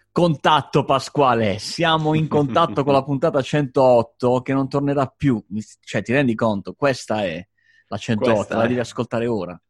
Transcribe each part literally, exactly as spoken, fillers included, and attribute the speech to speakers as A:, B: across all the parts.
A: Contatto, Pasquale, siamo in contatto con la puntata centootto che non tornerà più, cioè ti rendi conto? Questa è la centootto,
B: Questa
A: la
B: è.
A: devi ascoltare ora.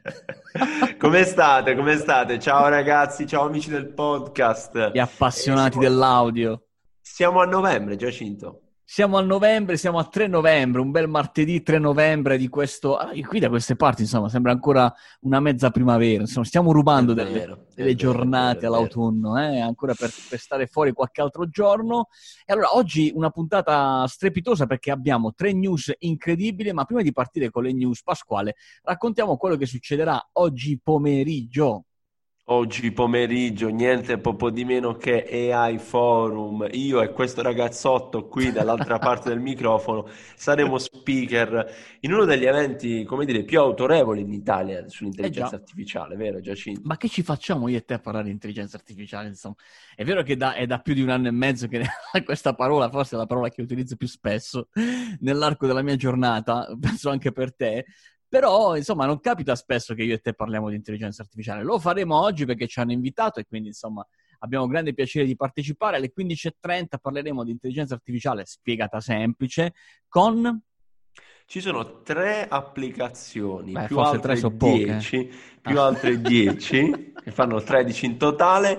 B: Come state? Come state? Ciao ragazzi, ciao amici del podcast.
A: Gli
B: Eh,
A: appassionati
B: siamo,
A: dell'audio.
B: siamo a novembre, Giacinto.
A: Siamo a novembre, siamo a tre novembre, un bel martedì tre novembre di questo... Ah, qui da queste parti, insomma, sembra ancora una mezza primavera. Insomma, stiamo
B: È
A: rubando delle,
B: vero, è
A: delle
B: vero, è vero,
A: giornate
B: è vero.
A: all'autunno, eh? Ancora per, per stare fuori qualche altro giorno. E allora, oggi una puntata strepitosa perché abbiamo tre news incredibili, ma prima di partire con le news, Pasquale, raccontiamo quello che succederà oggi pomeriggio.
B: Oggi pomeriggio, niente poco di meno che A I Forum. Io e questo ragazzotto qui dall'altra parte del microfono saremo speaker in uno degli eventi, come dire, più autorevoli in Italia
A: Eh già.
B: sull'intelligenza artificiale, vero Giacinto?
A: Ma che ci facciamo io e te a parlare di intelligenza artificiale, insomma? È vero che da, è da più di un anno e mezzo che questa parola, forse è la parola che utilizzo più spesso nell'arco della mia giornata, penso anche per te, però, insomma, non capita spesso che io e te parliamo di intelligenza artificiale. Lo faremo oggi perché ci hanno invitato e quindi, insomma, abbiamo grande piacere di partecipare. Alle quindici e trenta parleremo di intelligenza artificiale spiegata semplice con...
B: Ci sono tre applicazioni,
A: Beh,
B: più
A: forse tre sono
B: altre
A: poche. Eh.
B: dieci,
A: Ah.
B: più altre dieci, che fanno tredici in totale,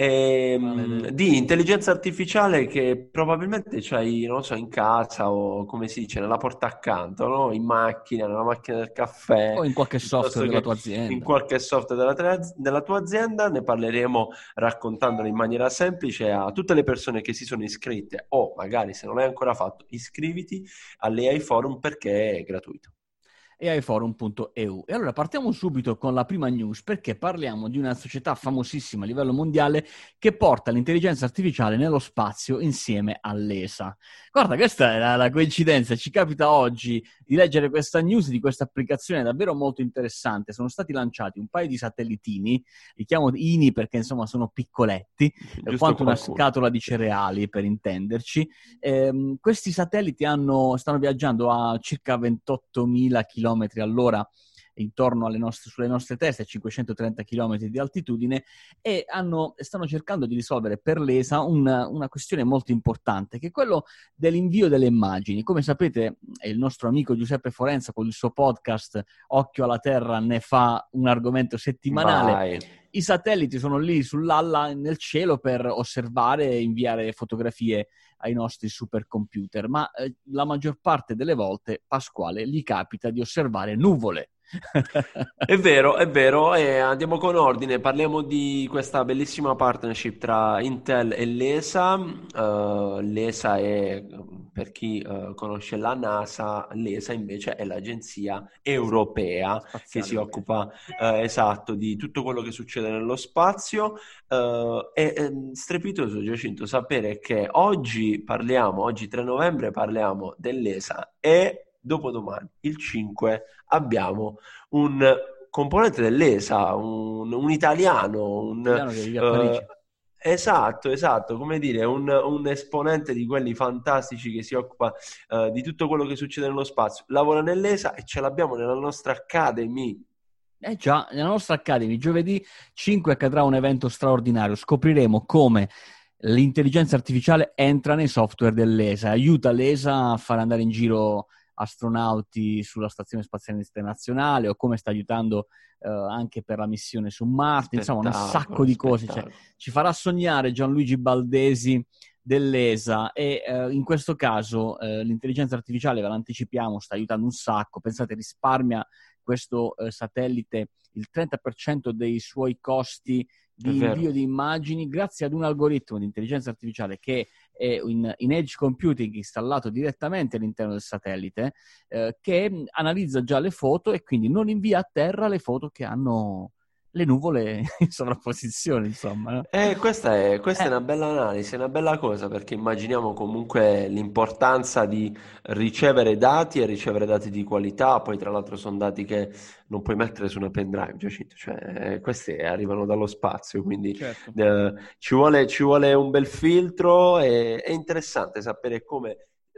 B: ehm,
A: Maledetto.
B: di intelligenza artificiale che probabilmente c'hai, non lo so, in casa o come si dice, nella porta accanto, no? In macchina, nella macchina del caffè,
A: O in qualche software
B: piuttosto
A: della
B: che
A: tua
B: in
A: azienda.
B: qualche software della, tra- della tua azienda. Ne parleremo raccontandolo in maniera semplice a tutte le persone che si sono iscritte o magari se non l'hai ancora fatto, iscriviti all'A I Forum perché è gratuito.
A: A I forum punto e u. E allora partiamo subito con la prima news perché parliamo di una società famosissima a livello mondiale che porta l'intelligenza artificiale nello spazio insieme all'E S A. Guarda, questa è la, la coincidenza, ci capita oggi di leggere questa news di questa applicazione davvero molto interessante. Sono stati lanciati un paio di satellitini, li chiamo I N I perché insomma sono piccoletti, eh,
B: Giusto
A: quanto una
B: qualcuno.
A: scatola di cereali per intenderci. Eh, questi satelliti hanno, stanno viaggiando a circa ventottomila chilometri all'ora intorno alle nostre, sulle nostre teste, a cinquecentotrenta chilometri di altitudine, e hanno, stanno cercando di risolvere per l'E S A una, una questione molto importante, che è quello dell'invio delle immagini. Come sapete, il nostro amico Giuseppe Forenza con il suo podcast Occhio alla Terra ne fa un argomento settimanale.
B: Vai.
A: I satelliti sono lì sull'alla nel cielo per osservare e inviare fotografie ai nostri supercomputer, ma eh, la maggior parte delle volte, Pasquale, gli capita di osservare nuvole.
B: È vero, è vero, e andiamo con ordine, parliamo di questa bellissima partnership tra Intel e l'E S A. Uh, l'E S A è, per chi uh, conosce la NASA, l'E S A invece è l'agenzia europea che
A: Spaziale
B: si
A: europea.
B: occupa, uh, esatto, di tutto quello che succede nello spazio. Uh, è, è strepitoso, Giacinto, sapere che oggi parliamo, oggi tre novembre parliamo dell'E S A e dopodomani, il cinque, abbiamo un componente dell'E S A, un, un italiano, un,
A: Italiano che vive a
B: eh,
A: Parigi.
B: esatto, esatto, come dire, un, un esponente di quelli fantastici che si occupa eh, di tutto quello che succede nello spazio, lavora nell'E S A e ce l'abbiamo nella nostra Academy.
A: Eh già, nella nostra Academy giovedì cinque accadrà un evento straordinario. Scopriremo come l'intelligenza artificiale entra nei software dell'E S A, aiuta l'E S A a far andare in giro astronauti sulla Stazione Spaziale Internazionale o come sta aiutando eh, anche per la missione su Marte, insomma un sacco
B: Spettacolo,
A: di cose. Cioè,
B: spettacolo.
A: ci farà sognare Gianluigi Baldesi dell'E S A e eh, in questo caso eh, l'intelligenza artificiale, ve l'anticipiamo, sta aiutando un sacco. Pensate, risparmia questo eh, satellite il trenta per cento dei suoi costi
B: È
A: di invio
B: vero.
A: di immagini grazie ad un algoritmo di intelligenza artificiale che è in, in edge computing installato direttamente all'interno del satellite eh, che analizza già le foto e quindi non invia a terra le foto che hanno le nuvole in sovrapposizione, insomma. No?
B: Eh, questa è, questa è
A: Eh,
B: una bella analisi, è una bella cosa perché immaginiamo comunque l'importanza di ricevere dati e ricevere dati di qualità, poi tra l'altro sono dati che non puoi mettere su una pendrive, Giacinto, cioè eh, questi arrivano dallo spazio, quindi
A: certo.
B: eh, ci vuole, ci vuole un bel filtro e è interessante sapere come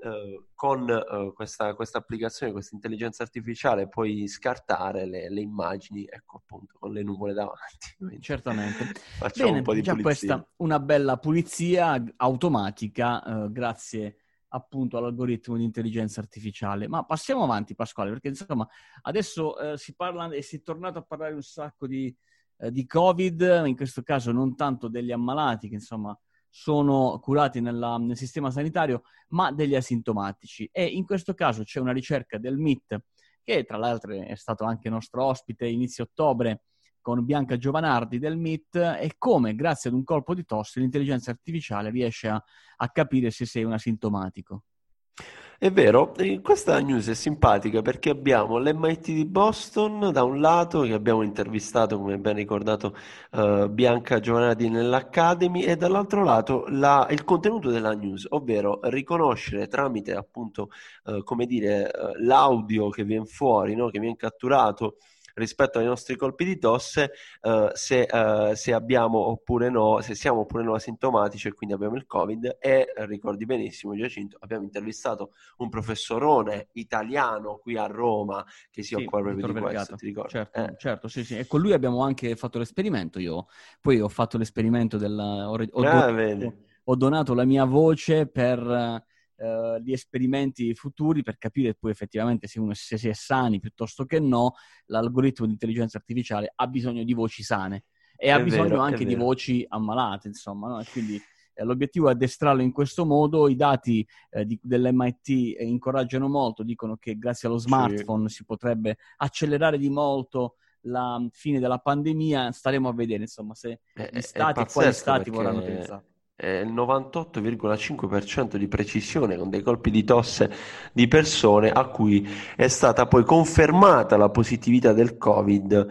B: eh, con eh, questa, questa applicazione, questa intelligenza artificiale, puoi scartare le, le immagini, ecco appunto, con le nuvole davanti. Quindi
A: Certamente.
B: facciamo un
A: Bene,
B: po' di
A: già
B: pulizia.
A: questa una bella pulizia automatica, eh, grazie appunto all'algoritmo di intelligenza artificiale. Ma passiamo avanti, Pasquale, perché insomma adesso eh, si parla e si è tornato a parlare un sacco di, eh, di Covid, in questo caso non tanto degli ammalati che insomma sono curati nella- nel sistema sanitario, ma degli asintomatici. E in questo caso c'è una ricerca del M I T, che tra l'altro è stato anche nostro ospite inizio ottobre, con Bianca Giovanardi del M I T, e come, grazie ad un colpo di tosse, l'intelligenza artificiale riesce a, a capire se sei un asintomatico.
B: È vero, e questa news è simpatica perché abbiamo l'M I T di Boston da un lato, che abbiamo intervistato, come ben ricordato, eh, Bianca Giovanardi nell'Academy, e dall'altro lato la- il contenuto della news, ovvero riconoscere tramite appunto, eh, come dire, eh, l'audio che viene fuori, no? Che viene catturato rispetto ai nostri colpi di tosse, eh, se, eh, se abbiamo oppure no, se siamo oppure no asintomatici e quindi abbiamo il Covid. E eh, ricordi benissimo, Giacinto, abbiamo intervistato un professorone italiano qui a Roma che si
A: Sì,
B: occupa proprio
A: Vittor
B: di questo,
A: Vergata.
B: ti ricordi?
A: Certo,
B: Eh.
A: certo, sì, sì. E con lui abbiamo anche fatto l'esperimento io. Poi ho fatto l'esperimento del... Ho, re- ho
B: Ah, vedi.
A: donato, ho donato la mia voce per eh, gli esperimenti futuri, per capire poi effettivamente se uno se si è sani piuttosto che no. L'algoritmo di intelligenza artificiale ha bisogno di voci sane e ha
B: È
A: bisogno
B: vero, è
A: anche di
B: vero.
A: voci ammalate, insomma, no? E quindi eh, l'obiettivo è addestrarlo in questo modo. I dati eh, di, dell'M I T eh, incoraggiano molto, dicono che grazie allo
B: Sì.
A: smartphone si potrebbe accelerare di molto la fine della pandemia. Staremo a vedere, insomma, se
B: È,
A: gli
B: è- è
A: stati e quali
B: pazzesco
A: stati vorranno
B: perché
A: utilizzarlo.
B: è il novantotto virgola cinque per cento di precisione, con dei colpi di tosse di persone a cui è stata poi confermata la positività del Covid,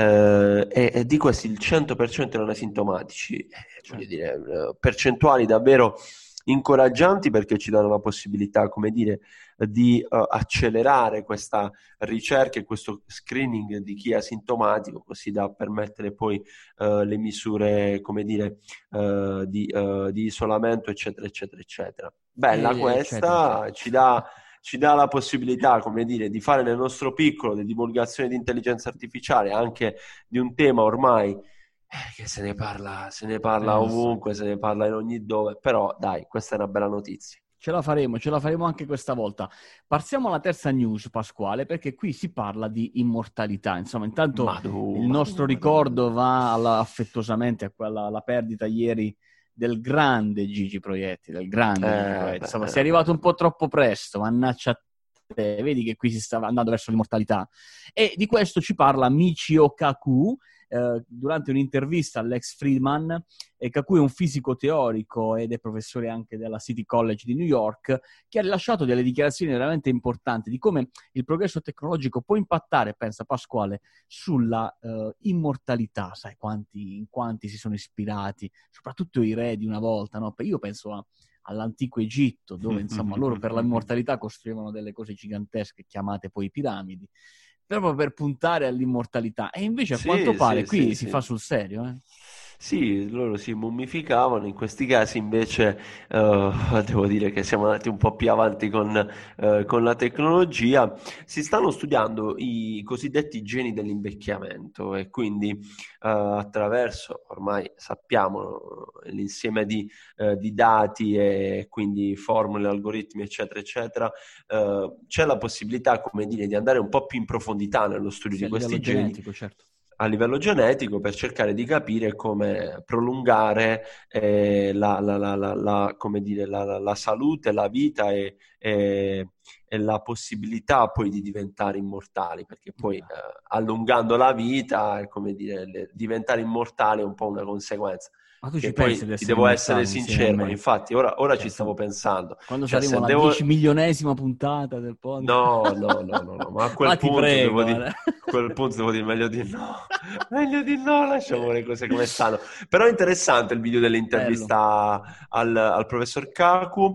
B: eh, e, e di questi il cento per cento erano asintomatici. Eh, voglio
A: Certo.
B: dire, eh, percentuali davvero incoraggianti, perché ci danno la possibilità, come dire, di eh, accelerare questa ricerca e questo screening di chi è asintomatico, così da permettere poi eh, le misure, come dire, eh, di, eh, di isolamento, eccetera, eccetera, eccetera. Bella
A: E- eccetera,
B: questa,
A: eccetera.
B: ci dà, ci dà la possibilità, come dire, di fare nel nostro piccolo di divulgazione di intelligenza artificiale, anche di un tema ormai eh, che se ne parla, se ne parla
A: Eh, lo so.
B: ovunque, se ne parla in ogni dove, però dai, questa è una bella notizia.
A: Ce la faremo, ce la faremo anche questa volta. Passiamo alla terza news, Pasquale, perché qui si parla di immortalità. Insomma, intanto
B: Madu,
A: il
B: Madu,
A: nostro
B: Madu, Madu.
A: ricordo va alla- affettuosamente a quella, alla perdita ieri del grande Gigi Proietti, del grande Gigi
B: Eh,
A: Proietti.
B: beh,
A: Insomma, sei
B: eh, beh,
A: arrivato un
B: eh, beh.
A: po' troppo presto, mannaggia a te. Vedi che qui si sta andando verso l'immortalità. E di questo ci parla Michio Kaku, eh, durante un'intervista all'ex Friedman. E Kaku è un fisico teorico ed è professore anche della City College di New York, che ha rilasciato delle dichiarazioni veramente importanti di come il progresso tecnologico può impattare, pensa Pasquale, sulla uh, immortalità. Sai quanti, in quanti si sono ispirati, soprattutto i re di una volta, no? Io penso a, all'antico Egitto, dove insomma loro per l'immortalità costruivano delle cose gigantesche chiamate poi piramidi, proprio per puntare all'immortalità. E invece a quanto
B: Sì,
A: pare
B: sì, sì,
A: qui si
B: sì.
A: fa sul serio, eh?
B: Sì, loro si mummificavano, in questi casi invece eh, devo dire che siamo andati un po' più avanti con, eh, con la tecnologia. Si stanno studiando i cosiddetti geni dell'invecchiamento, e quindi eh, attraverso, ormai sappiamo, l'insieme di, eh, di dati e quindi formule, algoritmi, eccetera, eccetera, eh, c'è la possibilità, come dire, di andare un po' più in profondità nello studio
A: Sì,
B: di
A: a livello
B: questi geni
A: genetico, certo.
B: a livello genetico, per cercare di capire come prolungare eh, la, la- la- la- la- come dire, la, la- la salute, la vita e, e- e la possibilità poi di diventare immortali, perché poi eh, allungando la vita, è come dire, le- diventare immortali è un po' una conseguenza.
A: Ma tu ci
B: Che
A: pensi
B: poi
A: ad
B: ti
A: essere
B: devo essere
A: immortale insieme a
B: sincero,
A: me?
B: infatti, ora, ora
A: Cioè,
B: ci stavo
A: insomma,
B: pensando,
A: quando
B: cioè
A: saremo
B: se
A: alla
B: devo...
A: dieci milionesima puntata del podcast.
B: No, no, no, no, no, ma a
A: Ma
B: quel
A: ti
B: punto devo
A: prego,
B: dire,
A: guarda.
B: a quel punto devo dire meglio di no, meglio di no, lasciamo le cose come stanno. Però è interessante il video
A: Bello.
B: dell'intervista al, al professor Kaku,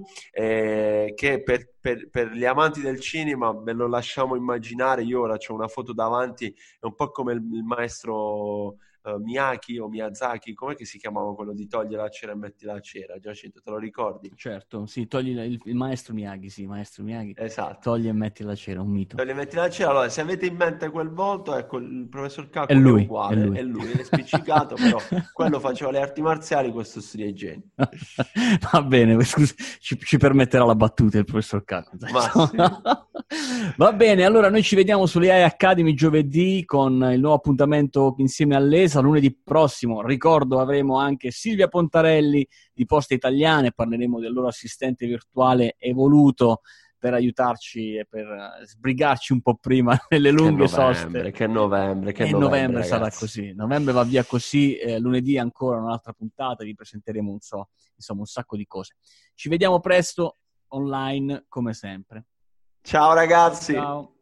B: eh, che per, per- per gli amanti del cinema ve lo lasciamo immaginare. Io ora ho una foto davanti, è un po' come il, il maestro uh, Miyake o Miyazaki, com'è che si chiamava quello di togli la cera e metti la cera? Giacinto, te lo ricordi?
A: Certo, sì, togli il, il maestro Miyagi, sì, maestro Miyagi,
B: Esatto.
A: togli e metti la cera, un mito.
B: Togli e metti la cera, allora se avete in mente quel volto, ecco, il professor
A: È
B: Kaku è
A: lui, è
B: uguale,
A: lui.
B: è lui, è spiccicato, però quello faceva le arti marziali, questo studia igiene.
A: Va bene, scusa, ci, ci permetterà la battuta il professor Cacco.
B: Ma sì.
A: Va bene, allora noi ci vediamo sull'A I Academy giovedì con il nuovo appuntamento insieme all'E S A. Lunedì prossimo, ricordo, avremo anche Silvia Pontarelli di Poste Italiane, parleremo del loro assistente virtuale evoluto per aiutarci e per sbrigarci un po' prima nelle lunghe
B: che novembre,
A: soste.
B: Che novembre, che
A: E
B: novembre,
A: novembre
B: ragazzi.
A: sarà così. Novembre va via così, eh, lunedì ancora un'altra puntata, vi presenteremo un, so, insomma, un sacco di cose. Ci vediamo presto online come sempre.
B: Ciao ragazzi!
A: Ciao.